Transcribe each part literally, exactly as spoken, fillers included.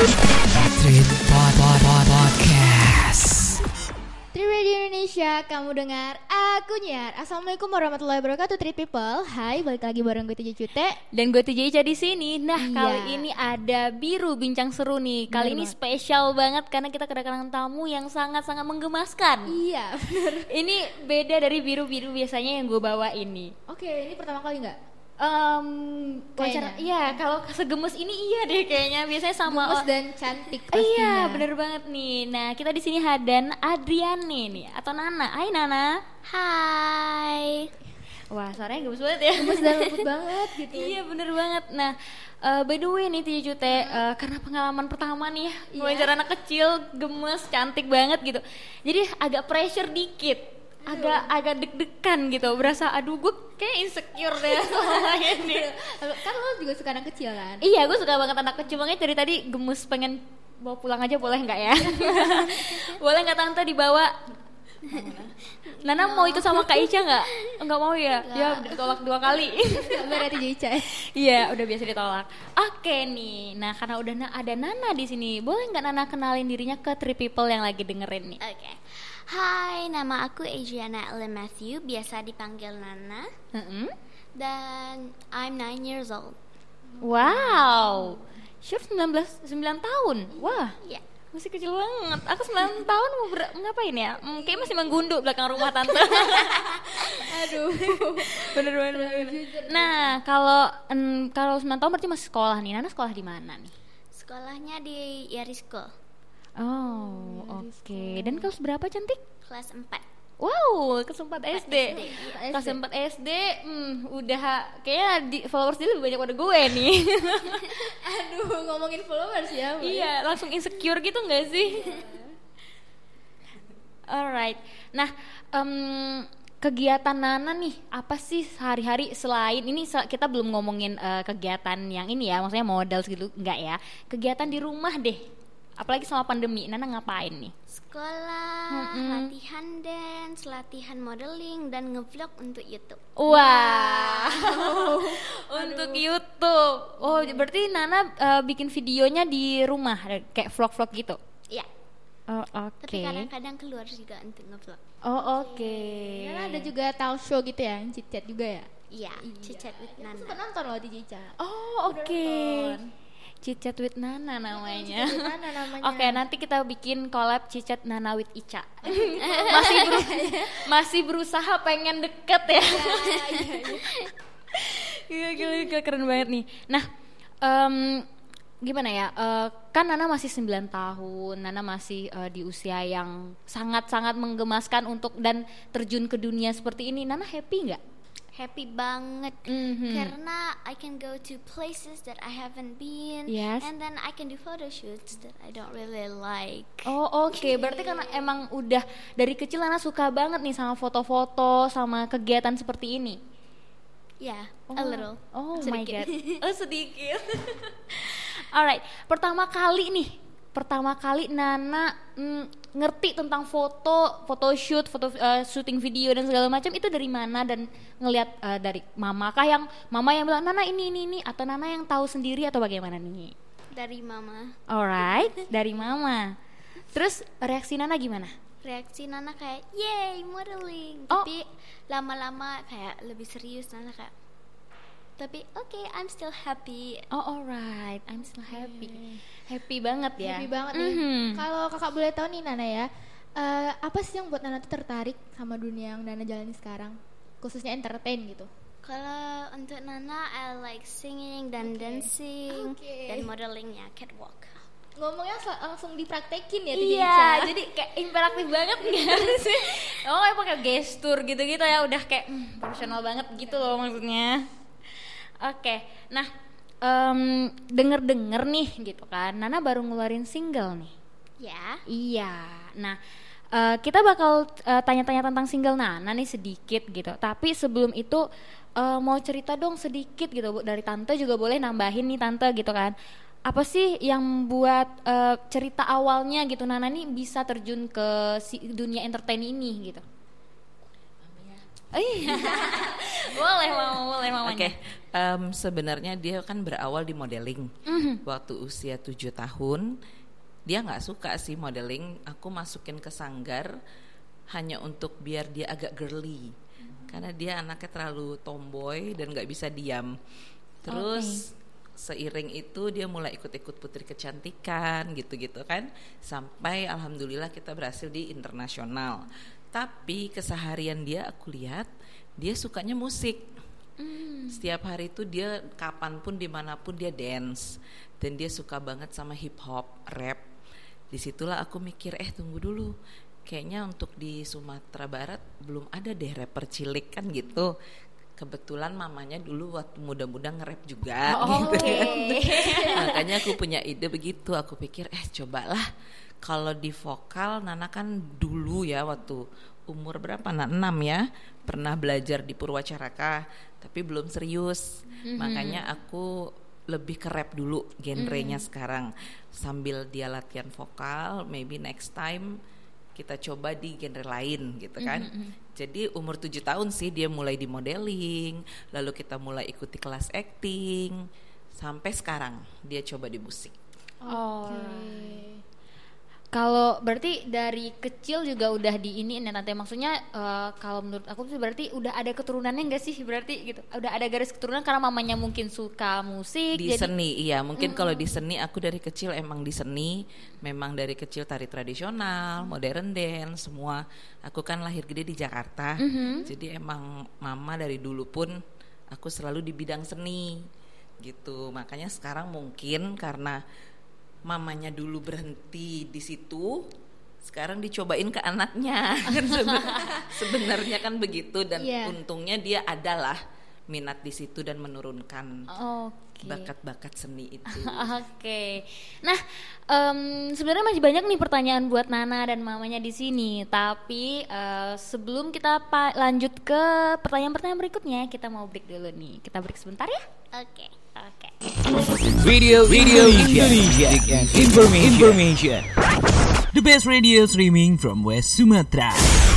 Street Pod Pod Pod Podcast. Tri Radio Indonesia, kamu dengar aku nyiar. Assalamualaikum warahmatullahi wabarakatuh, Tri People. Hai, balik lagi bareng gue Tije Cute dan gue Tije Ica di sini. Nah, Iya. kali ini ada Biru Bincang Seru nih. Kali Bener ini banget. spesial banget karena kita kedatangan tamu yang sangat-sangat menggemaskan. Iya, bener. Ini beda dari Biru-biru biasanya yang gue bawa ini. Oke, ini pertama kali nggak? Um, Kayaknya. wawancara, iya, kalau segemes ini iya deh kayaknya. Biasanya sama Gemes oh, dan cantik iya, pastinya. bener banget nih. Nah, kita di sini hadan Adriani nih atau Nana. Hai Nana. Hai. Wah, suaranya gemes banget ya. Gemes dan lembut banget gitu. Iya bener banget. Nah uh, by the way nih Tije Cute, uh, karena pengalaman pertama nih ya, Iya. wawancara anak kecil, gemes, cantik banget gitu. Jadi agak pressure dikit, agak agak deg-degan gitu. Berasa aduh gue kayak insecure deh sama ini. Kan lo juga suka anak kecil kan? Iya, gue suka banget anak kecil, makanya dari tadi gemes pengen bawa pulang aja, boleh nggak ya? Boleh nggak tante dibawa? Nana mau ikut sama Kak Ica nggak? Nggak mau ya? Ya udah tolak dua kali. Sabar ya Tije Ica. Iya, udah biasa ditolak. Oke nih, nah karena udah na- ada Nana di sini, boleh nggak Nana kenalin dirinya ke three people yang lagi dengerin nih? Oke. Hai, nama aku Adriana Ellen Matthew, biasa dipanggil Nana, Mm-mm. dan I'm nine years old. Wow, chef sembilan belas sembilan tahun. Wah, Ya. masih kecil banget. Aku sembilan tahun mau ber- ngapain ya? Hmm, kayak masih menggunduk belakang rumah tante. Aduh. bener bener. bener. Nah, kalau em, kalau sembilan tahun berarti masih sekolah nih. Nana sekolah di mana nih? Sekolahnya di Yari School, Oh, oke. Dan kelas berapa cantik? kelas empat. Wow, kelas empat S D. S D. Kelas empat S D, hmm, udah kayaknya di followers dia lebih banyak pada gue nih. Aduh, ngomongin followers ya. Boy. Iya, langsung insecure gitu nggak sih? Alright. Nah, em, kegiatan Nana nih apa sih sehari-hari selain ini se- kita belum ngomongin eh, kegiatan yang ini ya, maksudnya modal gitu enggak ya? Kegiatan di rumah deh. Apalagi selama pandemi, Nana ngapain nih? Sekolah, Mm-mm. latihan dance, latihan modeling, dan ngevlog untuk YouTube. Wah, untuk YouTube. Oh, berarti Nana eh, bikin videonya di rumah, kayak vlog-vlog gitu. Ya, Oh, oke. tapi kadang-kadang keluar juga untuk ngevlog. Oh, oke. Karena ada juga talk show gitu ya, yang chit-chat juga ya. Iya, chit-chat with Aku Nana. suka nonton loh Tije Ica. Oh, oke. Chit Chat with Nana namanya. Chit-chat with Nana namanya. Oke, nanti kita bikin collab Chit Chat Nana with Ica. masih beru- masih berusaha pengen deket ya. Gila, gila, gila, keren banget nih. Nah, em, gimana ya? Eh, kan Nana masih sembilan tahun. Nana masih eh, di usia yang sangat-sangat menggemaskan untuk dan terjun ke dunia seperti ini. Nana happy nggak? Happy banget. Mhm. Karena I can go to places that I haven't been, Yes. and then I can do photo shoots that I don't really like. Oh oke, berarti karena emang udah dari kecil Nana suka banget nih sama foto-foto, sama kegiatan seperti ini. Yeah, Oh. a little. Oh Sedikit. my god. Oh sedikit. Alright, pertama kali nih, pertama kali Nana mm, ngerti tentang foto, photoshoot, foto eh, syuting video dan segala macam itu dari mana, dan ngelihat eh, dari mama kah yang mama yang bilang Nana ini ini ini, atau Nana yang tahu sendiri atau bagaimana nih? Dari mama. Alright, dari mama. Terus reaksi Nana gimana? Reaksi Nana kayak yay modeling. Oh. Tapi lama-lama kayak lebih serius. Nana kayak, tapi oke, okay, I'm still happy. Oh alright, I'm still happy. Happy banget ya. Happy banget nih. Mhm. Kalau kakak boleh tahu nih Nana ya, eh, apa sih yang buat Nana tuh tertarik sama dunia yang Nana jalani sekarang, khususnya entertain gitu? Kalau untuk Nana, I like singing dan dancing Oke. dan modelingnya catwalk. Ngomongnya sa- langsung dipraktekin ya Tije Iya, Ica? jadi kayak interaktif banget nggak sih? Oh kayak pakai gestur gitu-gitu ya, udah kayak hmm, profesional banget gitu loh maksudnya. Oke, nah em, denger-denger nih gitu kan, Nana baru ngeluarin single nih. Ya. Iya, nah eh, kita bakal eh, tanya-tanya tentang single Nana nih sedikit gitu. Tapi sebelum itu eh, mau cerita dong sedikit gitu Bu, dari tante juga boleh nambahin nih tante gitu kan. Apa sih yang buat eh, cerita awalnya gitu Nana nih bisa terjun ke si, dunia entertain ini gitu? Oh iya. boleh mau oleh mamanya? Oke, em, sebenarnya dia kan berawal di modeling. Mhm. Waktu usia tujuh tahun, dia nggak suka sih modeling. Aku masukin ke sanggar hanya untuk biar dia agak girly, karena dia anaknya terlalu tomboy dan nggak bisa diam. Terus seiring itu dia mulai ikut-ikut Putri Kecantikan gitu-gitu kan, sampai alhamdulillah kita berhasil di internasional. Tapi keseharian dia aku lihat dia sukanya musik. Setiap hari itu dia kapanpun dimanapun dia dance, dan dia suka banget sama hip hop, rap. Disitulah aku mikir, eh tunggu dulu, kayaknya untuk di Sumatera Barat belum ada deh rapper cilik kan gitu. Kebetulan mamanya dulu waktu muda-muda nge-rap juga Oh, gitu. oke. Makanya aku punya ide begitu. Aku pikir eh cobalah, kalau di vokal Nana kan dulu ya waktu umur berapa, nah enam ya, pernah belajar di Purwacaraka tapi belum serius. Mhm. Makanya aku lebih ke rap dulu genrenya sekarang, sambil dia latihan vokal. Maybe next time kita coba di genre lain gitu kan. Jadi umur tujuh tahun sih dia mulai di modeling, lalu kita mulai ikuti kelas acting, sampai sekarang dia coba di musik. Oh. Kalau berarti dari kecil juga udah di ini nanti, maksudnya eh, kalau menurut aku sih berarti udah ada keturunannya nggak sih, berarti gitu, udah ada garis keturunan karena mamanya mungkin suka musik Di jadi seni, iya mungkin kalau di seni aku dari kecil emang di seni, memang dari kecil tari tradisional, modern dance semua. Aku kan lahir gede di Jakarta, jadi emang mama dari dulu pun aku selalu di bidang seni gitu. Makanya sekarang mungkin karena mamanya dulu berhenti di situ, sekarang dicobain ke anaknya. Sebenarnya kan begitu, dan Iya. untungnya dia adalah minat di situ dan menurunkan Oke. bakat-bakat seni itu. Oke. Nah, em, sebenarnya masih banyak nih pertanyaan buat Nana dan mamanya di sini. Tapi eh, sebelum kita pa- lanjut ke pertanyaan-pertanyaan berikutnya, kita mau break dulu nih. Kita break sebentar ya. Oke. Oke. Radio Radio Indonesia. Information. Information. The best radio streaming from West Sumatra.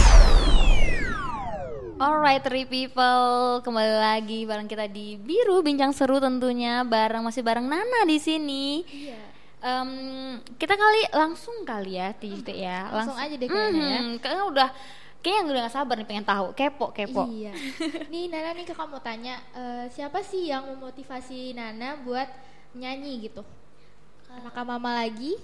Alright, three people, kembali lagi bareng kita di Biru Bincang Seru tentunya, bareng masih bareng Nana di sini. Iya. Em, kita kali langsung kali ya, Titi ya. Langsung aja deh kayaknya ya. Mhm, kayaknya udah, kayaknya udah gak sabar nih pengen tahu, kepo kepo. Iya. Nih Nana nih kakak mau tanya, eh, siapa sih yang memotivasi Nana buat nyanyi gitu? Apakah mama lagi?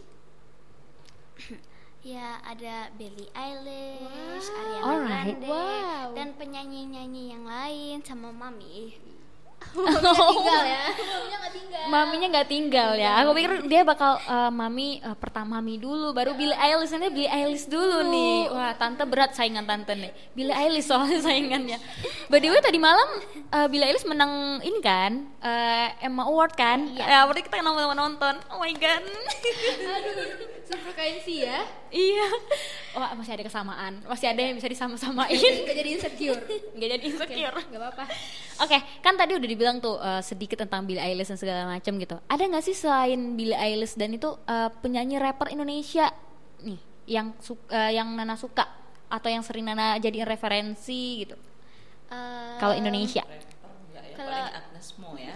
Ya ada Billie Eilish, Ariana Alright. Grande, Wow. dan penyanyi-nyanyi yang lain sama mami. Maminya tinggal ya. Maminya nggak tinggal. Maminya nggak tinggal ya. Aku pikir dia bakal eh, mami eh, pertama mami dulu, baru Billie Eilish. Nanti Billie Eilish dulu nih. Wah, tante berat saingan tante nih. Billie Eilish soalnya saingannya. By the way tadi malam eh, Billie Eilish menang ini kan, eh, Emma Award kan. Ya, berarti kita sama-sama nonton. Oh my god. Aduh, sefrekuensi ya. Iya. Wah, masih ada kesamaan. Masih ada yang bisa disama-samain. Gak jadi insecure. Nggak jadi insecure. Gak apa-apa. Oke, kan tadi udah dibilang tuh eh, sedikit tentang Billie Eilish dan segala macam gitu. Ada nggak sih selain Billie Eilish dan itu eh, penyanyi rapper Indonesia nih yang su- eh, yang Nana suka atau yang sering Nana jadiin referensi gitu? Eh, Kalau Indonesia. Enggak ya, Kalau- paling Agnes Mo ya.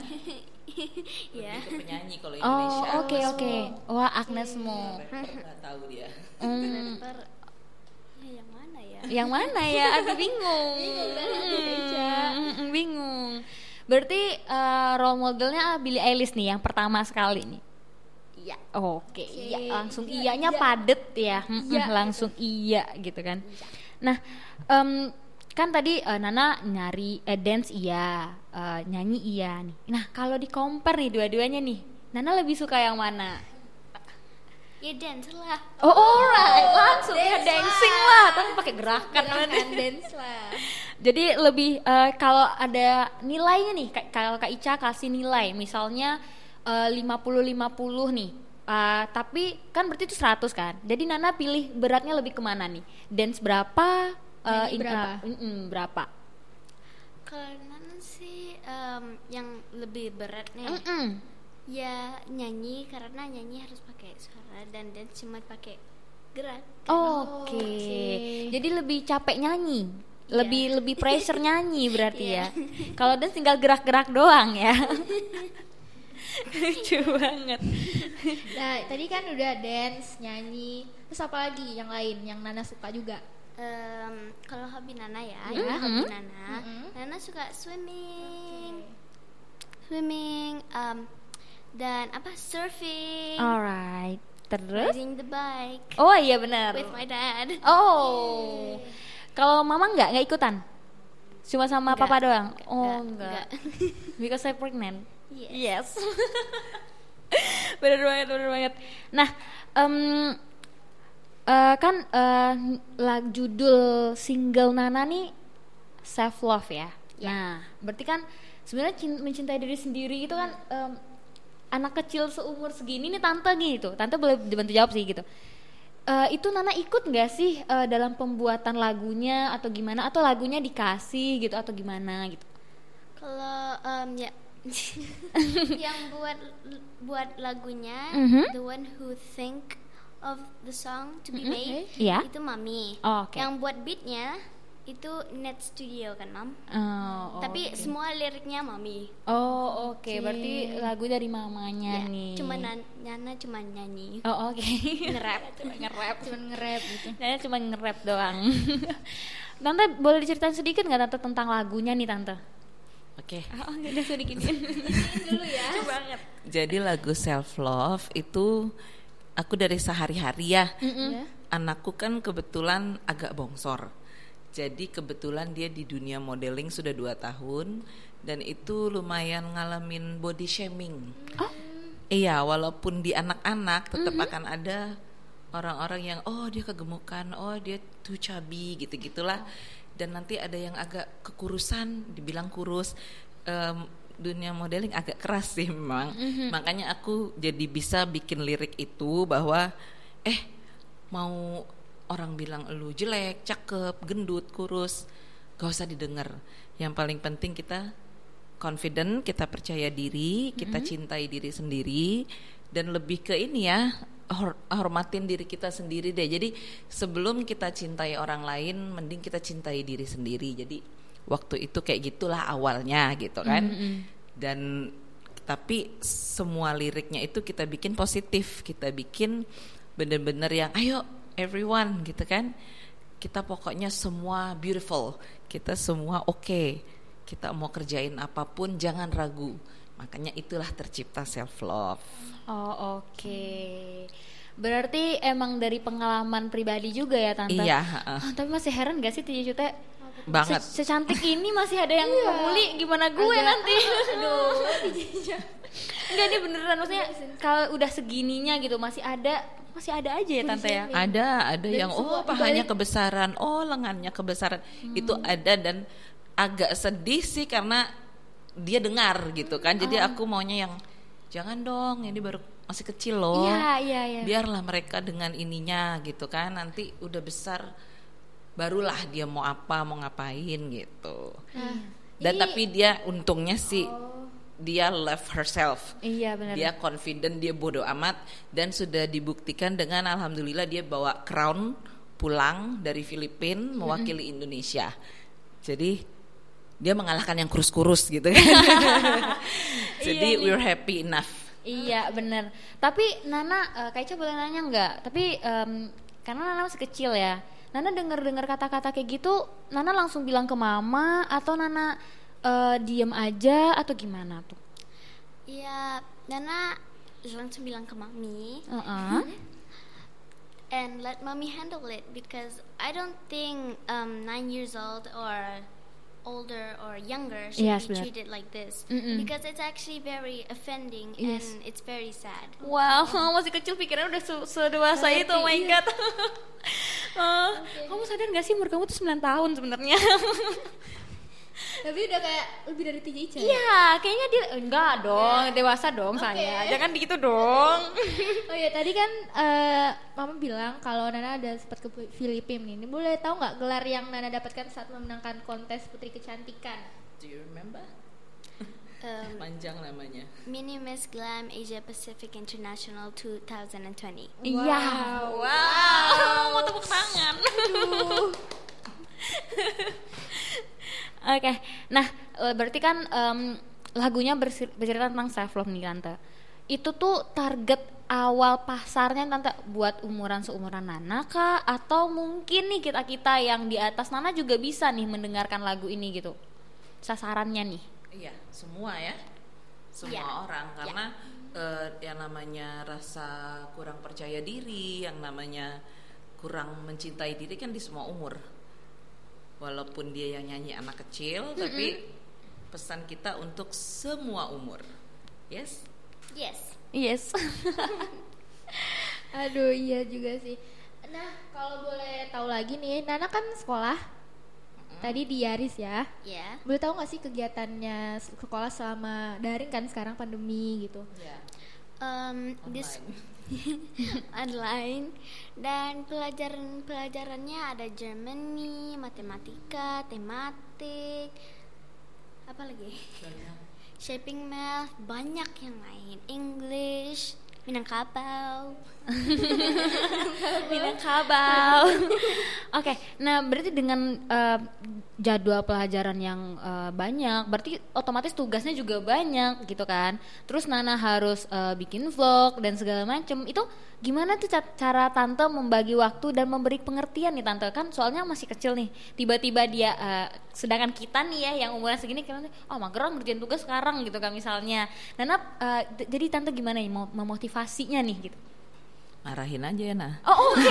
ya. Lebih ke penyanyi kalau Indonesia. Oh, oke Agnes oke. Mo. Wah, Agnes Mo. Rapper nggak tahu dia. Hmm, Rapper, ya yang mana ya? yang mana ya? Aduh bingung. Hmm, bingung. Berarti eh, role modelnya Billie Eilish nih yang pertama sekali nih. Iya. Oke, Oke, iya langsung iya, iyanya iya. padet ya, Mm-mm, Iya, langsung iya gitu kan. Nah, em, kan tadi eh, Nana nyari eh, dance iya, eh, nyanyi iya nih. Nah, kalau di compare nih dua-duanya nih, Nana lebih suka yang mana? Ya dance lah. Oh, alright, langsung ya dancing lah, tapi pakai gerakan Kan namanya. dance lah. Jadi lebih eh, kalau ada nilainya nih, Kak- kalau Kak Ica kasih nilai, misalnya eh, lima puluh lima puluh nih, eh, tapi kan berarti itu seratus kan. Jadi Nana pilih beratnya lebih kemana nih? Dance berapa? eh, Nyanyi in- berapa? eh, mm-mm, berapa? Karena sih em, yang lebih berat nih. Mm-mm. Ya nyanyi, karena nyanyi harus pakai suara dan dance cuma pakai gerak. Oke. Oke. Jadi lebih capek nyanyi. Lebih lebih pressure nyanyi berarti ya. Kalau dance tinggal gerak-gerak doang ya. Lucu banget. Nah, tadi kan udah dance, nyanyi, terus apa lagi yang lain yang Nana suka juga? Um, kalau hobi Nana ya, Mm-hmm. ya hobi Nana, Mm-hmm. Nana suka swimming, swimming, um, dan apa surfing, Alright. Terus? riding the bike Oh iya benar. with my dad. Oh. Kalau mama nggak nggak ikutan? Cuma sama Nggak, papa doang. nggak, Oh nggak, enggak. Because I'm pregnant. Yes. Yes. Bener banget, bener banget. Nah, em, eh, kan eh, lag judul single Nana nih self love ya. Nah, berarti kan sebenarnya cin- mencintai diri sendiri itu kan em, anak kecil seumur segini nih tante gitu. Tante boleh dibantu jawab sih gitu. Eh, itu Nana ikut nggak sih eh, dalam pembuatan lagunya atau gimana? Atau lagunya dikasih gitu atau gimana gitu? Kalau um, ya yang buat buat lagunya, Mhm. the one who think of the song to be Mhm. made, Iya. itu Mami. Oh, oke. Yang buat beatnya itu Net Studio kan, Mam. Oh, Tapi oke. semua liriknya Mami. Oh oke, berarti lagu dari mamanya Ya, nih. cuma Nan- Nana cuma nyanyi, Oh oke. nge-rap. Cuma nge-rap. Cuman nge-rap gitu. Nanya cuma nge-rap doang. Tante boleh diceritain sedikit nggak Tante tentang lagunya nih Tante? Oke. Oh udah sedikit dulu ya. banget. Jadi lagu Self Love itu aku dari sehari-hari ya. Ya. Anakku kan kebetulan agak bongsor. Jadi kebetulan dia di dunia modeling sudah dua tahun dan itu lumayan ngalamin body shaming. Oh. Iya, walaupun di anak-anak tetap akan ada orang-orang yang oh dia kegemukan, oh dia too chubby gitu-gitulah. Dan nanti ada yang agak kekurusan, dibilang kurus. Em, dunia modeling agak keras sih memang. Makanya aku jadi bisa bikin lirik itu bahwa eh mau orang bilang lu jelek, cakep, gendut, kurus, gak usah didengar. Yang paling penting kita confident, kita percaya diri, kita cintai diri sendiri, dan lebih ke ini ya, hor- hormatin diri kita sendiri deh. Jadi sebelum kita cintai orang lain, mending kita cintai diri sendiri. Jadi waktu itu kayak gitulah awalnya gitu kan. Dan tapi semua liriknya itu kita bikin positif, kita bikin bener-bener yang ayo everyone gitu kan. Kita pokoknya semua beautiful, kita semua oke. Okay. Kita mau kerjain apapun jangan ragu. Makanya itulah tercipta self love. Oh oke. Berarti emang dari pengalaman pribadi juga ya Tante? Iya, heeh. Ah, tapi masih heran gak sih Tiju Teh? Banget. Se- secantik ini masih ada yang ngebully, gimana gue nanti? Aduh. Enggak, ini beneran maksudnya kalau udah segininya gitu masih ada masih ada aja ya Tante ya? Ada, ada Dan yang oh semua pahanya dibalik- kebesaran, oh lengannya kebesaran. Itu ada dan agak sedih sih karena dia dengar gitu kan. Jadi aku maunya yang jangan dong, ini baru masih kecil loh. Iya, iya, iya. Biarlah mereka dengan ininya gitu kan. Nanti udah besar barulah dia mau apa, mau ngapain gitu. Dan ini- tapi dia untungnya sih dia love herself. Iya benar. Dia confident, dia bodoh amat dan sudah dibuktikan dengan alhamdulillah dia bawa crown pulang dari Filipina mewakili Indonesia. Jadi dia mengalahkan yang kurus-kurus gitu kan. Jadi Iya nih. we're happy enough. Iya benar. Tapi Nana, uh, Kaica boleh nanya nggak? Tapi em, karena Nana masih kecil ya. Nana dengar-dengar kata-kata kayak gitu, Nana langsung bilang ke mama atau Nana uh, diem aja atau gimana tuh? Ya, Nana langsung bilang ke Mami Uh-uh. and let Mami handle it because I don't think um, nine years old or older or younger should Yes, be benar. treated like this Mm-mm. because it's actually very offending Yes. and it's very sad. Wow, masih kecil pikirannya udah se- sedewasa itu, oh my god. Eh, Kamu sadar gak sih umur kamu tuh sembilan tahun sebenarnya? Tapi udah kayak lebih dari tiga Ica. Iya, kayaknya dia enggak dong, dewasa dong saya. Jangan gitu dong. Oh ya tadi kan eh, Mama bilang kalau Nana ada sempat ke Filipina nih. Ini boleh tahu nggak gelar yang Nana dapatkan saat memenangkan kontes Putri Kecantikan? Do you remember? Um, Panjang namanya. Mini Miss Glam Asia Pacific International twenty twenty. Iya. Wow. Mau tepuk tangan. Oke, nah eh, berarti kan em, lagunya bersi- bercerita tentang self love nih tante. Itu tuh target awal pasarnya tante buat umuran seumuran Nana kah? Atau mungkin nih kita kita yang di atas Nana juga bisa nih mendengarkan lagu ini gitu? Sasarannya nih. Iya, semua ya, semua Ya. orang karena eh, yang namanya rasa kurang percaya diri, yang namanya kurang mencintai diri kan di semua umur. Walaupun dia yang nyanyi anak kecil, tapi pesan kita untuk semua umur. Yes? Yes. Yes. Aduh iya juga sih. Nah kalau boleh tahu lagi nih, Nana kan sekolah tadi di Yaris ya. Yeah. Boleh tahu nggak sih kegiatannya sekolah selama daring kan sekarang pandemi gitu? Ya. Um, this online dan pelajaran-pelajarannya ada Germany, matematika, tematik, apa lagi? Shaping math, banyak yang lain. English, Minangkabau. Minangkabau. Oke, nah berarti dengan eh, jadwal pelajaran yang eh, banyak, berarti otomatis tugasnya juga banyak gitu kan. Terus Nana harus eh, bikin vlog dan segala macem. Itu gimana tuh ca- cara tante membagi waktu dan memberi pengertian nih tante, kan soalnya masih kecil nih. Tiba-tiba dia eh, sedangkan kita nih ya yang umuran segini kita oh mageran ngerjain tugas sekarang gitu kan misalnya. Nana eh, d- jadi tante gimana nih mau memotivasinya nih gitu? Marahin aja ya nah. Oh oke.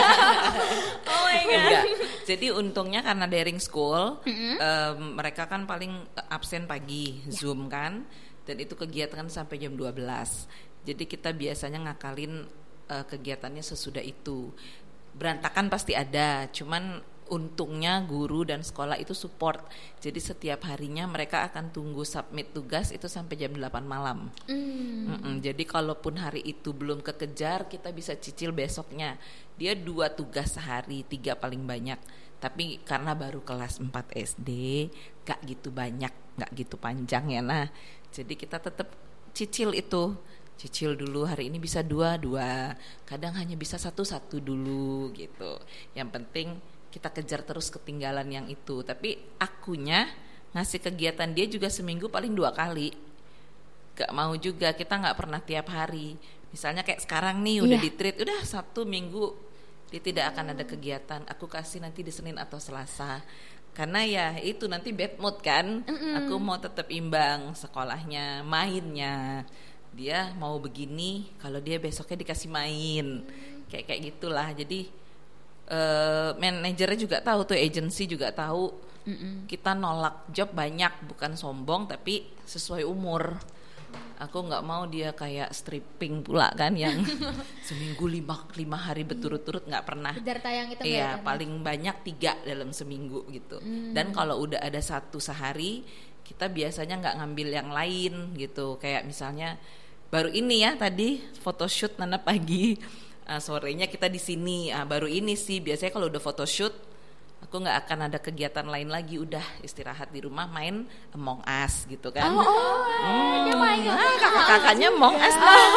Oh my god. Enggak. Jadi untungnya karena daring school, em, mereka kan paling absen pagi, Zoom kan, dan itu kegiatan sampai jam dua belas. Jadi kita biasanya ngakalin eh, kegiatannya sesudah itu. Berantakan pasti ada, cuman untungnya guru dan sekolah itu support. Jadi setiap harinya mereka akan tunggu submit tugas itu sampai jam delapan malam. Mm-mm, jadi kalaupun hari itu belum kekejar, kita bisa cicil besoknya. Dia dua tugas sehari, tiga paling banyak. Tapi karena baru kelas empat S D, gak gitu banyak, gak gitu panjang ya nah. Jadi kita tetap cicil itu. Cicil dulu, hari ini bisa dua, dua. Kadang hanya bisa satu, satu dulu gitu. Yang penting kita kejar terus ketinggalan yang itu. Tapi akunya ngasih kegiatan dia juga seminggu paling dua kali. Gak mau juga, kita gak pernah tiap hari. Misalnya kayak sekarang nih udah Iya. di treat, udah Sabtu Minggu dia tidak akan ada kegiatan. Aku kasih nanti di Senin atau Selasa. Karena ya itu nanti bad mood kan. Aku mau tetap imbang sekolahnya, mainnya. Dia mau begini, kalau dia besoknya dikasih main. Kayak kayak gitulah. Jadi Uh, manajernya juga tahu tuh, agensi juga tahu. Mm-mm. Kita nolak job banyak, bukan sombong tapi sesuai umur. Aku nggak mau dia kayak stripping pula kan yang seminggu lima lima hari berturut-turut nggak pernah. Bedar tayang itu Iya, nggak ya, paling banyak tiga dalam seminggu gitu. Mm. Dan kalau udah ada satu sehari, kita biasanya nggak ngambil yang lain gitu. Kayak misalnya baru ini ya tadi photoshoot Nana pagi. Uh, sorenya kita di sini, uh, baru ini sih biasanya kalau udah photoshoot aku nggak akan ada kegiatan lain lagi, udah istirahat di rumah main Among Us gitu kan. Oh, oh, hmm, dia main ah, kakak-kakaknya Among Us.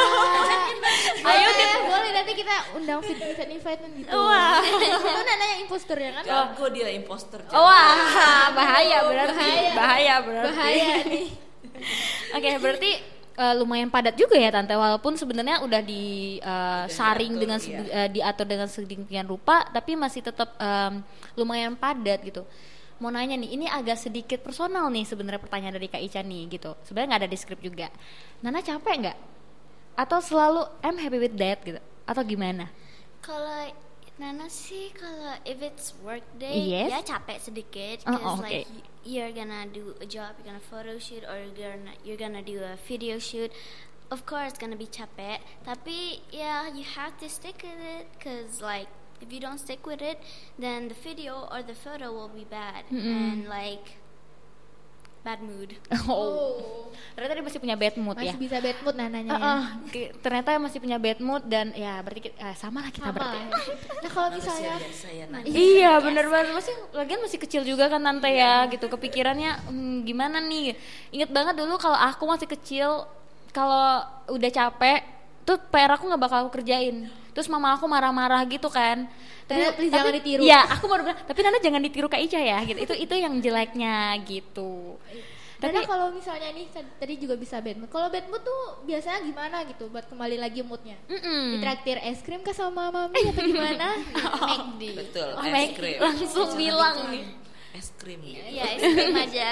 Ayo deh, boleh nanti kita undang fit event event gitu. Wah. Itu Nana yang impostor ya kan? Jago dia imposter. jago. Wah, bahaya berarti. Bahaya. Bahaya berarti. Bahaya nih. Oke, berarti eh, lumayan padat juga ya tante, walaupun sebenarnya udah di eh, saring diatur, dengan iya. sedi- eh, diatur dengan sedemikian rupa, tapi masih tetap em, lumayan padat gitu. Mau nanya nih, ini agak sedikit personal nih sebenarnya pertanyaan dari Kak Ica nih gitu. Sebenarnya nggak ada di skrip juga. Nana capek nggak? Atau selalu I'm happy with that gitu? Atau gimana? Kalau Nana sih kalau if it's work day Yes. ya capek sedikit Oh, because okay. like y- you're gonna do a job, you're gonna photo shoot or you're gonna you're gonna do a video shoot. Of course gonna be capek, tapi yeah you have to stick with it because like if you don't stick with it then the video or the photo will be bad and like bad mood. Oh. Ternyata dia masih punya bad mood ya. Masih bisa bad mood Nananya ya. Heeh, ki- ternyata masih punya bad mood dan ya berarti ki- eh, sama lah kita Sama berarti. lah. Nah kalau misalnya Saya nah. Iya bener banget, masih lagian masih kecil juga kan tante ya gitu, kepikirannya hmm, gimana nih. Ingat banget dulu kalau aku masih kecil, kalau udah capek tuh P R aku nggak bakal aku kerjain, Terus mama aku marah-marah gitu kan. Nana, please jangan ditiru. Iya, aku baru bilang, tapi Nana jangan ditiru Kak Ica ya gitu. Itu itu yang jeleknya gitu. Karena Tapi kalau misalnya nih tadi juga bisa bad mood. Kalau bad mood tuh biasanya gimana gitu buat kembali lagi moodnya? mm-mm. Ditraktir es krim kah sama mami atau gimana? McD. Betul, Oh, es Mac, krim. langsung Jangan bilang lupa nih. es krim gitu. Ya, es krim aja.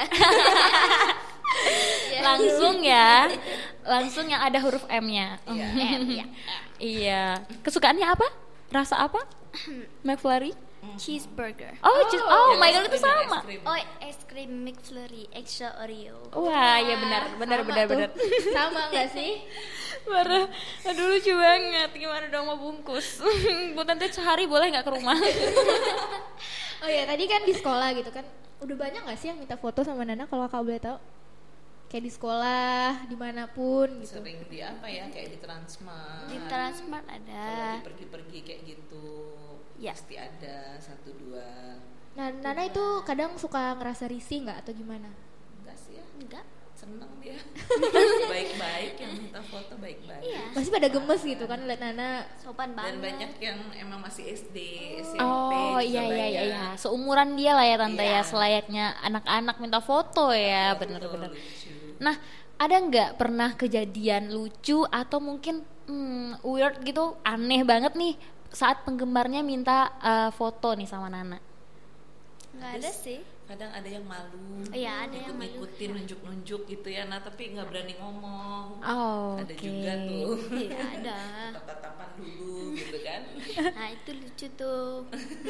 Ya. Langsung ya. Langsung yang ada huruf M-nya. Iya. M, ya. Iya. Kesukaannya apa? Rasa apa? McFlurry? Cheeseburger. Oh, cheese. Oh Yang my es god itu krim, yang es sama. krim. Oh, es krim McFlurry extra Oreo. Wah, ya benar, benar, Sama benar, tuh. benar. Sama nggak sih? Parah. Aduh lucu banget. Gimana dong mau bungkus? Bu Tante sehari boleh nggak ke rumah? Oh ya tadi kan di sekolah gitu kan. Udah banyak nggak sih yang minta foto sama Nana kalau Kak boleh tahu? Kayak di sekolah, dimanapun gitu. Sering di apa ya, kayak di Transmart. Di Transmart Kalau ada. lagi pergi-pergi kayak gitu, Ya. pasti ada satu dua. Nah, Nana itu kadang suka ngerasa risih nggak atau gimana? Enggak sih ya, Enggak. seneng dia. Baik-baik yang minta foto baik-baik. Iya. Pasti pada gemes gitu kan liat Nana. Sopan banget. Dan banyak yang emang masih S D, S M P. Oh juga iya iya iya banyak. iya. Seumuran dia lah ya tante Iya. ya, selayaknya anak-anak minta foto ya, Betul, bener-bener. lucu. Nah, ada nggak pernah kejadian lucu atau mungkin hmm, weird gitu, aneh banget nih saat penggemarnya minta eh, foto nih sama Nana? Nggak ada sih. Kadang ada yang malu, Oh, iya, ada yang malu. ikut-ikutin, nunjuk-nunjuk gitu ya, nah tapi nggak berani ngomong. Oh, Ada oke. juga tuh. Iya ada. Tatap-tatapan dulu gitu kan. Nah itu lucu tuh.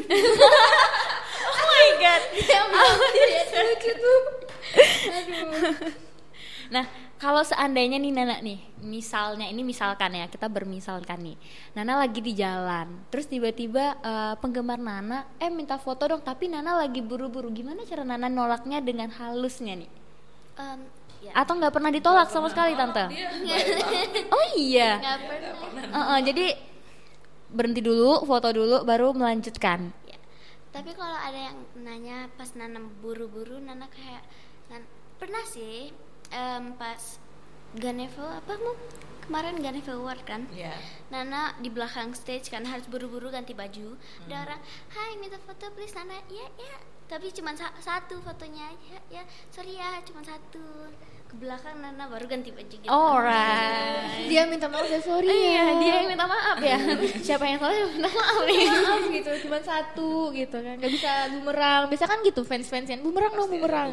Oh my god. Lucu tuh. Nah, kalau seandainya nih Nana nih, misalnya ini misalkan ya, kita bermisalkan nih. Nana lagi di jalan, terus tiba-tiba eh, penggemar Nana eh minta foto dong, tapi Nana lagi buru-buru. Gimana cara Nana nolaknya dengan halusnya nih? Um, ya. Atau nggak pernah ditolak sama sekali tante? Dia baik banget. Oh iya. Nggak pernah. Uh-uh, jadi berhenti dulu, foto dulu, baru melanjutkan. Ya. Tapi kalau ada yang nanya pas Nana buru-buru, Nana kayak Nan- pernah sih em, pas Ganevo apa mau kemarin Ganevo Award kan? Iya. Nana di belakang stage kan harus buru-buru ganti baju. Ada orang, hai minta foto please Nana. Ya ya. Tapi cuma sa- satu fotonya ya ya. Sorry ya cuma satu. Ke belakang Nana baru ganti baju gitu. Alright. Dia minta maaf ya sorry. Iya, ya. dia yang minta maaf ya. Siapa yang salah yang minta maaf nih. Maaf gitu, cuma satu gitu kan. Gak bisa bumerang. Biasa kan gitu fans-fansan bumerang dong bumerang.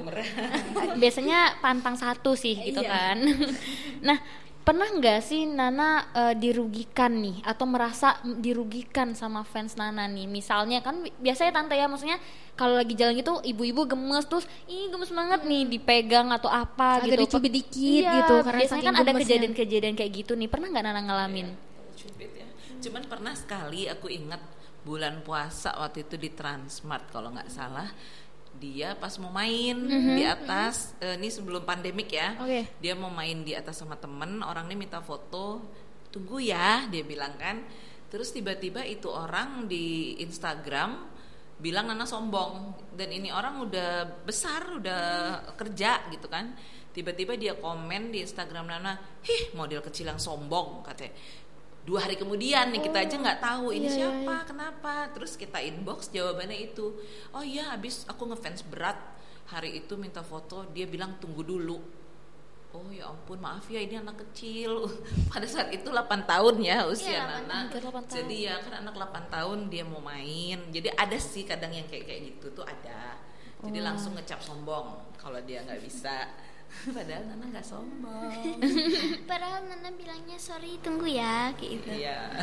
Biasanya pantang satu sih gitu Iya. kan. Nah, pernah nggak sih Nana eh, dirugikan nih atau merasa dirugikan sama fans Nana nih? Misalnya kan bi- biasanya tante ya, maksudnya kalau lagi jalan gitu ibu-ibu gemes terus, ih gemes banget nih dipegang atau apa Agak gitu. dicubit dikit Iya, gitu, karena biasanya saking kan ada gemesnya. kejadian-kejadian kayak gitu nih. Pernah nggak Nana ngalamin? Cubit ya. Cuman pernah sekali aku ingat bulan puasa waktu itu di Transmart kalau nggak salah, dia pas mau main di atas, eh, ini sebelum pandemik ya, Oke. dia mau main di atas sama temen, orang ini minta foto, tunggu ya dia bilang kan, terus tiba-tiba itu orang di Instagram bilang Nana sombong, dan ini orang udah besar, udah kerja gitu kan, tiba-tiba dia komen di Instagram Nana, hih model kecil yang sombong katanya. Dua hari kemudian nih kita aja nggak tahu ini iya, siapa, kenapa, terus kita inbox jawabannya itu, oh iya habis aku ngefans berat hari itu minta foto, dia bilang tunggu dulu. Oh ya ampun maaf ya ini anak kecil. Pada saat itu delapan tahun ya usia Iya, delapan Nana. Hampir delapan tahun. Jadi ya kan anak delapan tahun dia mau main. Jadi ada sih kadang yang kayak kayak gitu tuh ada. Jadi Oh. langsung ngecap sombong kalau dia nggak bisa. Padahal Nana nggak sombong. Padahal Nana bilangnya sorry tunggu ya kayak gitu. Iya.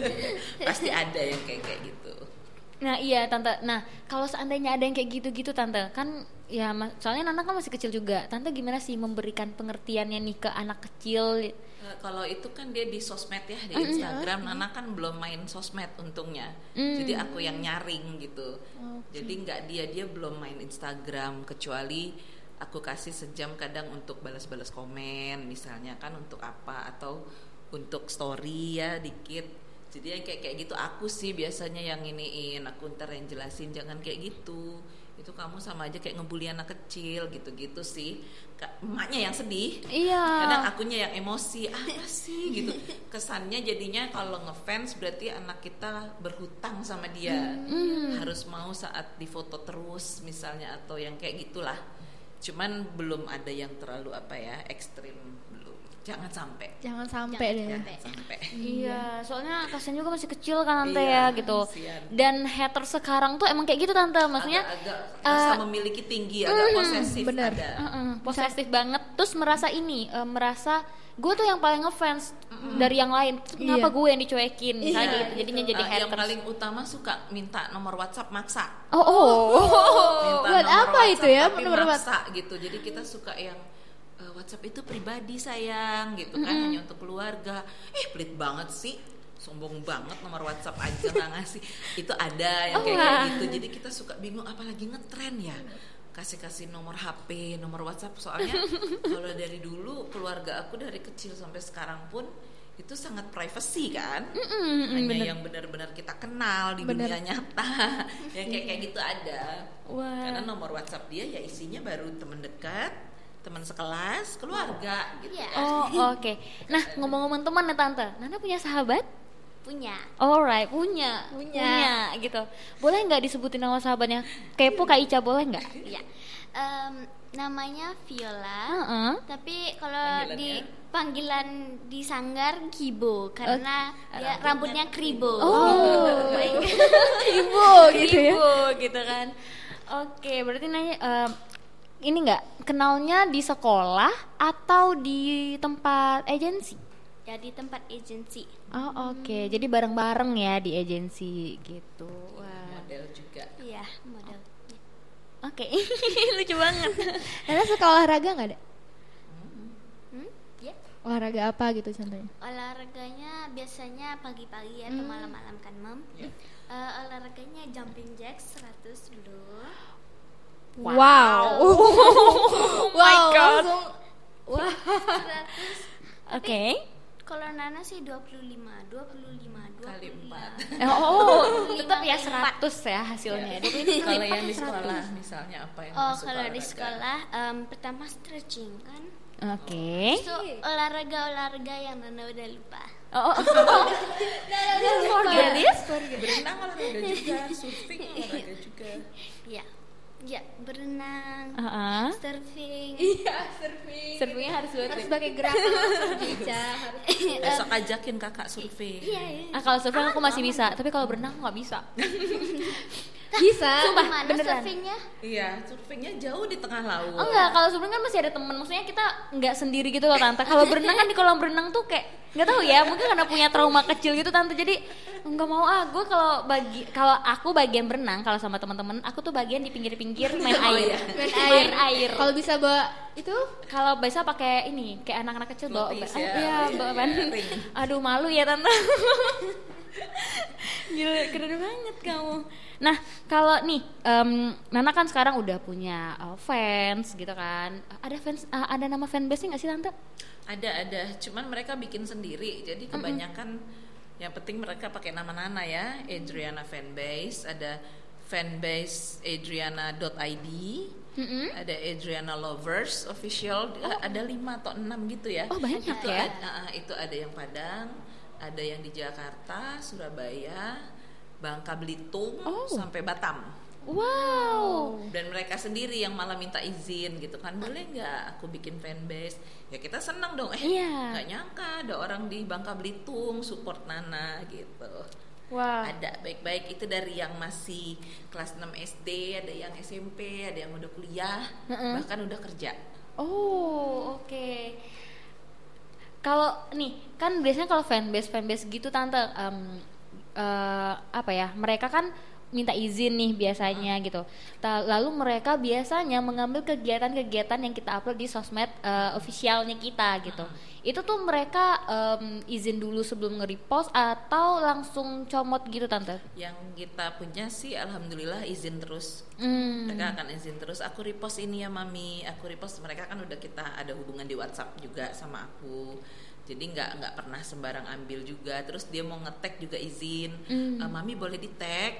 Pasti ada yang kayak kayak gitu. Nah iya tante, nah kalau seandainya ada yang kayak gitu-gitu tante, kan ya ma- soalnya Nana kan masih kecil juga, tante gimana sih memberikan pengertiannya nih ke anak kecil? Eh, kalau itu kan dia di sosmed ya, di Instagram. Nana kan belum main sosmed untungnya, Mm. jadi aku yang nyaring gitu. Jadi nggak dia dia belum main Instagram, kecuali aku kasih sejam kadang untuk balas-balas komen misalnya kan, untuk apa, atau untuk story ya dikit. Jadi yang kayak kayak gitu aku sih biasanya yang iniin, aku ntar yang jelasin jangan kayak gitu. itu kamu sama aja kayak ngebully anak kecil gitu-gitu sih. Ka- emaknya yang sedih, Iya. kadang akunya yang emosi, apa sih gitu. Kesannya jadinya kalau ngefans berarti anak kita berhutang sama dia, Hmm. harus mau saat difoto terus misalnya, atau yang kayak gitulah. Cuman belum ada yang terlalu apa ya, ekstrim, belum. Jangan sampai. Jangan sampai deh. Jangan sampai. Iya, soalnya kasian juga masih kecil kan tante Iya, ya gitu. kasian. Dan hater sekarang tuh emang kayak gitu tante, maksudnya agak, agak eh, rasa memiliki tinggi, agak posesif bener. ada. uh-uh, posesif banget, terus merasa ini, eh, merasa gue tuh yang paling ngefans dari yang lain. Kenapa Iya. gue yang dicuekin? Misalnya Iya, gitu. Jadinya jadi Uh, yang haters. paling utama suka minta nomor WhatsApp maksa. Oh, oh. Minta buat nomor apa itu WhatsApp ya, tapi nomor maksa gitu. Jadi kita suka yang eh, WhatsApp itu pribadi sayang gitu kan, hanya untuk keluarga. Eh pelit banget sih, sombong banget, nomor WhatsApp aja nggak ngasih. Itu ada yang kayak, Oh, kayak wah. gitu. Jadi kita suka bingung, apalagi ngetren ya, kasih-kasih nomor H P, nomor WhatsApp. Soalnya kalau dari dulu keluarga aku dari kecil sampai sekarang pun itu sangat privacy kan. Mm-mm, Hanya bener. yang benar-benar kita kenal di Bener. dunia nyata. Yang kayak kayak gitu ada. Wah. Karena nomor WhatsApp dia ya isinya baru teman dekat, teman sekelas, keluarga gitu. Iya. Oh, oke. Nah, ngomong-ngomong teman nih tante, Nana punya sahabat? Punya. Alright, punya, Punya. gitu. Boleh nggak disebutin nama sahabatnya? Kepo Kak Ica, boleh nggak? Iya. Em, namanya Viola. Heeh. Tapi kalau Panggilannya? di panggilan di sanggar Kibo karena dia rambutnya rambutnya kribo. Oh, Ibu gitu ya. Ibu, gitu kan. Oke, berarti nanya, em, ini nggak kenalnya di sekolah atau di tempat agensi? Ya di tempat agensi. Oh, oke. Jadi bareng-bareng ya di agensi gitu. Wah. Model juga. Iya, model. Oke. Lucu banget. Nana suka olahraga nggak ada? Hmm? Ya. Olahraga apa gitu contohnya? Olahraganya biasanya pagi-pagi atau malam-malam kan, Mom? Ya. Eh, olahraganya jumping jack seratus dulu. Wow. Oh my God. langsung- Wah. seratus. Oke. Kalau Nana sih dua puluh lima, dua puluh lima, dua Kali puluh empat. lima. Oh, tetap ya seratus ya hasilnya. Kalau yang di sekolah misalnya apa yang Oh, masuk kalau di olahraga? sekolah em, pertama stretching kan. Oke. So olahraga-olahraga yang Nana udah lupa. Oh, oh, oh. Forget this. Berenang olahraga juga, surfing olahraga juga. Ya. Ya, berenang, Heeh. surfing. Iya, surfing. Surfingnya harus Harus surfing. pakai gerakan langsung Ica, harus. Besok ajakin kakak surfing. Iya, iya. Ah, kalau surfing aku masih bisa, tapi kalau berenang aku nggak bisa. Bisa. Sumpah, Mana beneran. surfingnya? Iya, surfingnya jauh di tengah laut. Oh enggak, kalau surfing kan masih ada temen. Maksudnya kita nggak sendiri gitu loh tante. Kalau berenang kan di kolam berenang tuh kayak nggak tahu ya, mungkin karena punya trauma kecil gitu tante. Jadi nggak mau ah, gue kalau bagi kalau aku bagian berenang kalau sama teman-teman, aku tuh bagian di pinggir-pinggir main Oh, air. iya. Main Main air. air. Kalau bisa bawa itu Kalau biasa pakai ini kayak anak-anak kecil bawa Floaties ban. ya. Iya, Iya, bawa ban. iya, ring. Aduh malu ya tante. Gila, keren banget kamu. Nah, kalau nih em, Nana kan sekarang udah punya uh, fans gitu kan. Ada fans uh, ada nama fanbase-nya nggak sih tante? Ada ada, cuman mereka bikin sendiri. Jadi kebanyakan yang penting mereka pakai nama Nana ya, Adriana Fanbase, ada fanbase adriana dot i d, Mm-mm. ada Adriana Lovers Official, ada lima atau enam gitu ya. Oh, banyak itu ya? Ada, ah, itu ada yang Padang, ada yang di Jakarta, Surabaya, Bangka Belitung, Oh. sampai Batam. Wow. Dan mereka sendiri yang malah minta izin gitu kan, boleh nggak aku bikin fanbase? Ya kita senang dong, eh Iya. nggak nyangka ada orang di Bangka Belitung support Nana gitu. Wah. Ada baik-baik itu dari yang masih kelas enam S D, ada yang S M P, ada yang udah kuliah, Mm-mm. bahkan udah kerja. Oh, oke. Kalau nih kan biasanya kalau fanbase fanbase gitu tante em, eh, apa ya? Mereka kan minta izin nih biasanya gitu. Ta- Lalu mereka biasanya mengambil kegiatan-kegiatan yang kita upload di sosmed eh, officialnya kita gitu. Itu tuh mereka em, izin dulu sebelum nge-repost atau langsung comot gitu tante? Yang kita punya sih alhamdulillah izin terus. Hmm. Mereka akan izin terus, aku repost ini ya mami, aku repost. Mereka kan udah kita ada hubungan di WhatsApp juga sama aku, jadi nggak nggak pernah sembarang ambil juga. Terus dia mau nge-tag juga izin, Hmm. "Eh, mami boleh di tag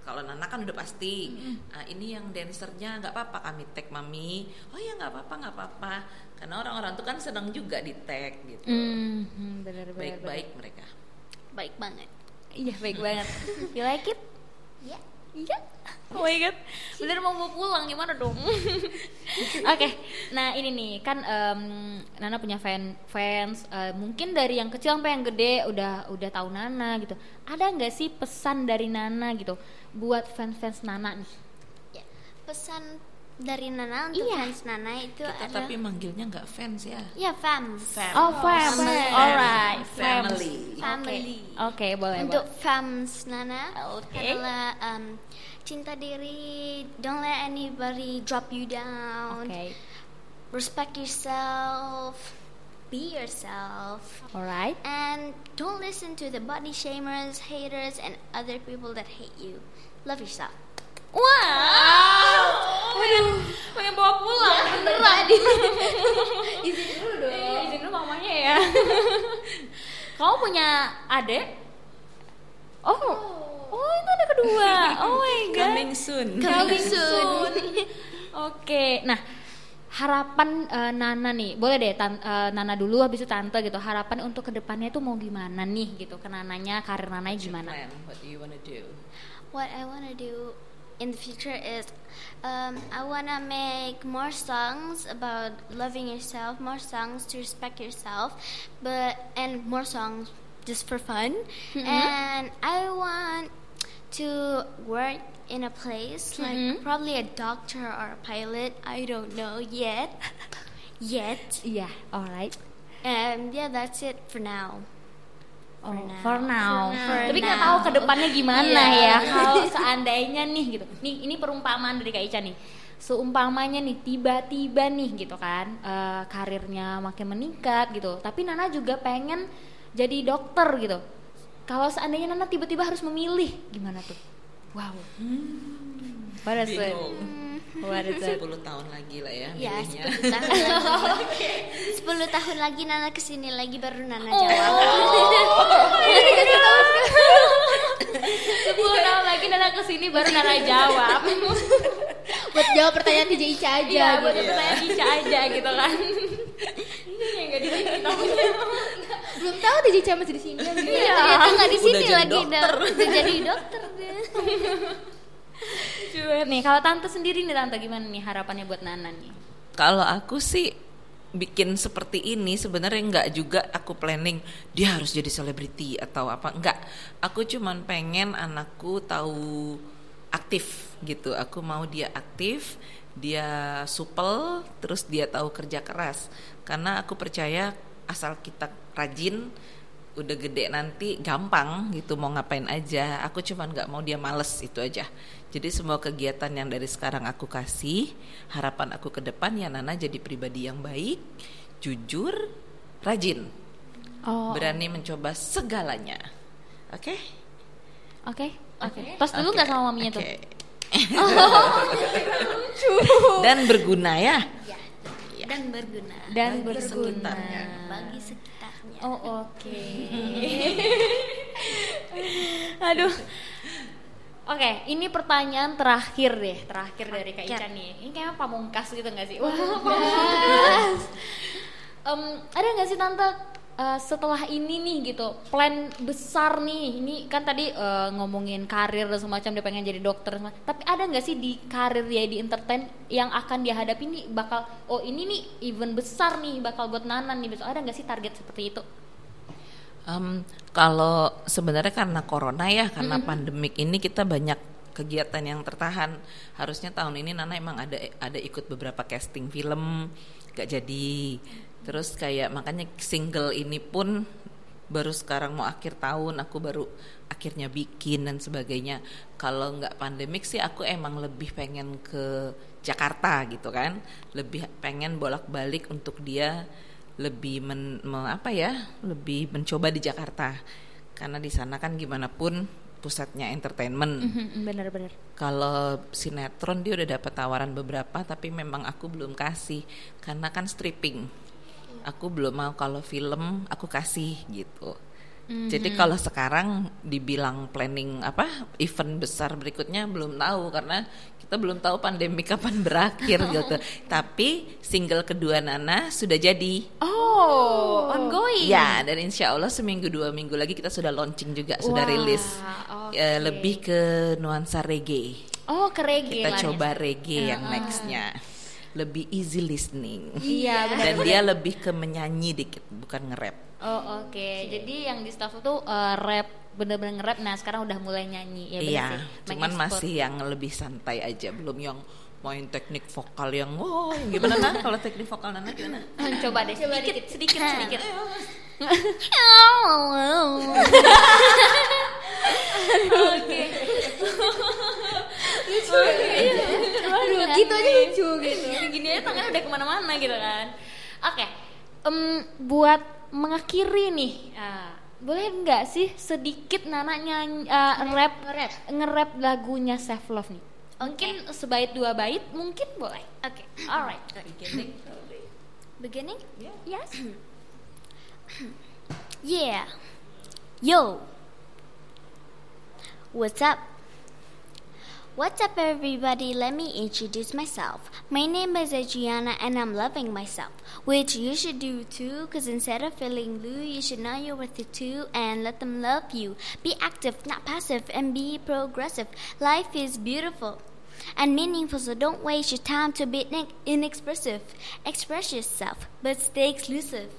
Kalau Nana kan udah pasti, nah, ini yang dancernya nggak apa-apa kami tag mami, oh ya nggak apa-apa nggak apa-apa, karena orang-orang tuh kan senang juga di tag gitu, Mm, benar, benar, baik-baik benar. mereka. Baik banget. Iya baik banget. You like it? Iya. Iya. Oh my god. Bener mau mau pulang gimana dong? Oke. Nah ini nih kan em, Nana punya fan fans. eh, mungkin dari yang kecil sampai yang gede udah udah tahu Nana gitu. Ada nggak sih pesan dari Nana gitu buat fans-fans Nana nih? Ya. Pesan dari Nana untuk Iya. fans Nana itu Kita adalah tapi manggilnya nggak fans ya. ya fans. Fam. Oh fans. Family. Alright. Family. Family. Oke boleh. Untuk boleh. fans Nana Oke. adalah um, cinta diri, don't let anybody drop you down. Oke. Respect yourself, be yourself, Alright. and don't listen to the body shamers, haters, and other people that hate you. Love yourself. Wow. Waduh, pengen bawa pulang beneran. Izin dulu dong. Eh, izin dulu mamanya ya. Kamu punya adik? Oh. Oh, itu ada kedua. Oh my god. Coming soon. Coming soon. Oke. Nah, harapan eh, Nana nih. Boleh deh tan- eh, Nana dulu habis itu tante gitu. Harapan untuk kedepannya tuh mau gimana nih gitu. Ke Nananya, karir Nananya gimana? Plan, what do you wanna do? What I want to do in the future is um, I want to make more songs about loving yourself, more songs to respect yourself, but and more songs just for fun. And I want to work in a place like Mhm. probably a doctor or a pilot. I don't know yet. Yet. Iya, alright. And yeah, that's it for now. Oh, now. for now. For now. Tapi For nggak now. tahu ke depannya gimana Iya. ya. Kalau seandainya nih gitu. Nih, ini perumpamaan dari Kak Ica nih. Seumpamanya nih tiba-tiba nih gitu kan, eh, karirnya makin meningkat gitu. Tapi Nana juga pengen jadi dokter gitu. Kalau seandainya Nana tiba-tiba harus memilih, gimana tuh? Wow. What is it? Bingung. What is it? sepuluh tahun lagi lah ya Ya, milihnya. sepuluh tahun lagi. sepuluh tahun lagi Nana kesini lagi baru Nana jawab. sepuluh tahun lagi Nana kesini baru Nana jawab. Buat jawab pertanyaan D J Ica aja. Iya, buat gitu. pertanyaan Ica aja gitu kan. Ini yang nggak di sini tamunya. Belum tahu D J Ica masih di sini. Iya. Ternyata nggak di Udah sini jadi lagi dokter. dah. Udah jadi dokter deh. Coba nih, kalau tante sendiri nih tante gimana nih harapannya buat Nana nih? Kalau aku sih bikin seperti ini sebenarnya nggak juga aku planning dia harus jadi selebriti atau apa, nggak. Aku cuman pengen anakku tahu aktif gitu. Aku mau dia aktif, dia supel, terus dia tahu kerja keras. Karena aku percaya asal kita rajin, udah gede nanti gampang gitu mau ngapain aja. Aku cuman nggak mau dia males, itu aja. Jadi semua kegiatan yang dari sekarang aku kasih, harapan aku ke depan ya Nana jadi pribadi yang baik, jujur, rajin, Oh, berani mencoba segalanya. Oke? Oke, oke. Tos dulu nggak sama maminya tuh? Oke. Dan berguna ya. Dan berguna Dan Bagi berguna. sekitarnya. bagi sekitarnya. Oh oke. Aduh. Oke, ini pertanyaan terakhir deh, terakhir dari Kak Ica nih. Ini kayaknya pamungkas gitu nggak sih? Wah, pamungkas. Em, ada nggak sih tante eh, setelah ini nih gitu, plan besar nih? Ini kan tadi eh, ngomongin karir dan semacam, dia pengen jadi dokter. semacam. Tapi ada nggak sih di karir dia di entertain yang akan dia hadapi nih bakal, oh ini nih event besar nih bakal buat Nana nih besok. Ada nggak sih target seperti itu? Um, kalau sebenarnya karena corona ya, karena pandemik ini kita banyak kegiatan yang tertahan. Harusnya tahun ini Nana emang ada ada ikut beberapa casting film, gak jadi. Terus kayak makanya single ini pun baru sekarang mau akhir tahun aku baru akhirnya bikin dan sebagainya. Kalau nggak pandemik sih aku emang lebih pengen ke Jakarta gitu kan, lebih pengen bolak-balik untuk dia lebih men, me, apa ya lebih mencoba di Jakarta karena di sana kan gimana pun pusatnya entertainment. Bener-bener. Kalau sinetron dia udah dapat tawaran beberapa tapi memang aku belum kasih karena kan stripping. Aku belum mau, kalau film aku kasih gitu. Mhm. Jadi kalau sekarang dibilang planning apa event besar berikutnya belum tahu karena kita belum tahu pandemi kapan berakhir gitu. Tapi single kedua Nana sudah jadi. Oh, ongoing. Ya, dan insya Allah seminggu dua minggu lagi kita sudah launching juga, sudah Wah, rilis. oke. Ya, lebih ke nuansa reggae. Oh, ke reggae Kita lah coba ya. reggae yang nextnya. Lebih easy listening. Iya, benar. Dan dia lebih ke menyanyi dikit, bukan nge-rap. Oh, oke. Jadi yang di staff tuh uh, rap, bener-bener nge-rap. Nah, sekarang udah mulai nyanyi. Ya, bener Iya, sih. cuman Mengekspor. masih yang lebih santai aja, belum yang main teknik vokal yang wow, yang gimana Nah? Kalau teknik vokal Nana gimana? Coba deh, sedikit, sedikit, sedikit. Oke. Aduh, gitu aja lucu gitu. Gini aja tangannya udah kemana-mana gitu kan. Oke, em, buat mengakhiri nih, ah, boleh nggak sih sedikit Nana nyanyi uh, rap Nge-rap. nge-rap lagunya Self Love nih? Mungkin sebait dua bait, mungkin boleh. Okay. Alright. Beginning? Yes. Yeah. Yo. What's up? What's up, everybody? Let me introduce myself. My name is Adriana, and I'm loving myself, which you should do too. Cause instead of feeling blue, you should know you're worth it too, and let them love you. Be active, not passive, and be progressive. Life is beautiful and meaningful, so don't waste your time to be in- inexpressive. Express yourself, but stay exclusive.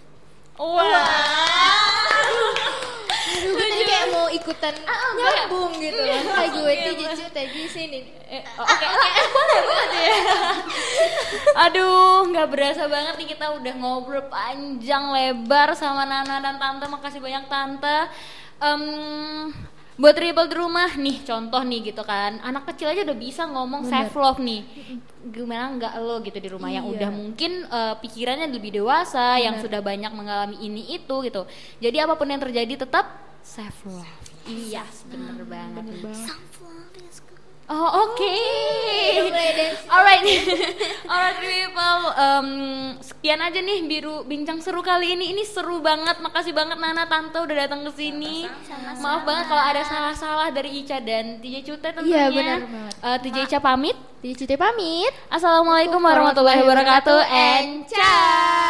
Aduh, gue tadi kayak mau ikutan nyambung gitu. Kayak gue tiga tadi sini. Oke, oke, boleh, boleh. Aduh, nggak berasa banget nih kita udah ngobrol panjang lebar sama Nana dan Tante. Makasih banyak Tante. Em, buat Rebel di rumah nih, contoh nih gitu kan, anak kecil aja udah bisa ngomong self love nih. Gimana nggak lo gitu di rumah yang Iya. udah mungkin eh, pikirannya lebih dewasa, yang sudah banyak mengalami ini itu gitu. Jadi apapun yang terjadi tetap self love. Iya, bener banget. Self-love is good. Oh, oke. mulai dance. Alright. Alright people, um, sekian aja nih biru bincang seru kali ini. Ini seru banget. Makasih banget Nana Tante udah datang ke sini. Maaf banget kalau ada salah-salah dari Ica dan T J Cute tentunya. Iya, benar banget. Eh, T J Ica pamit. Tiga Cute pamit. Assalamualaikum warahmatullahi wabarakatuh and ciao.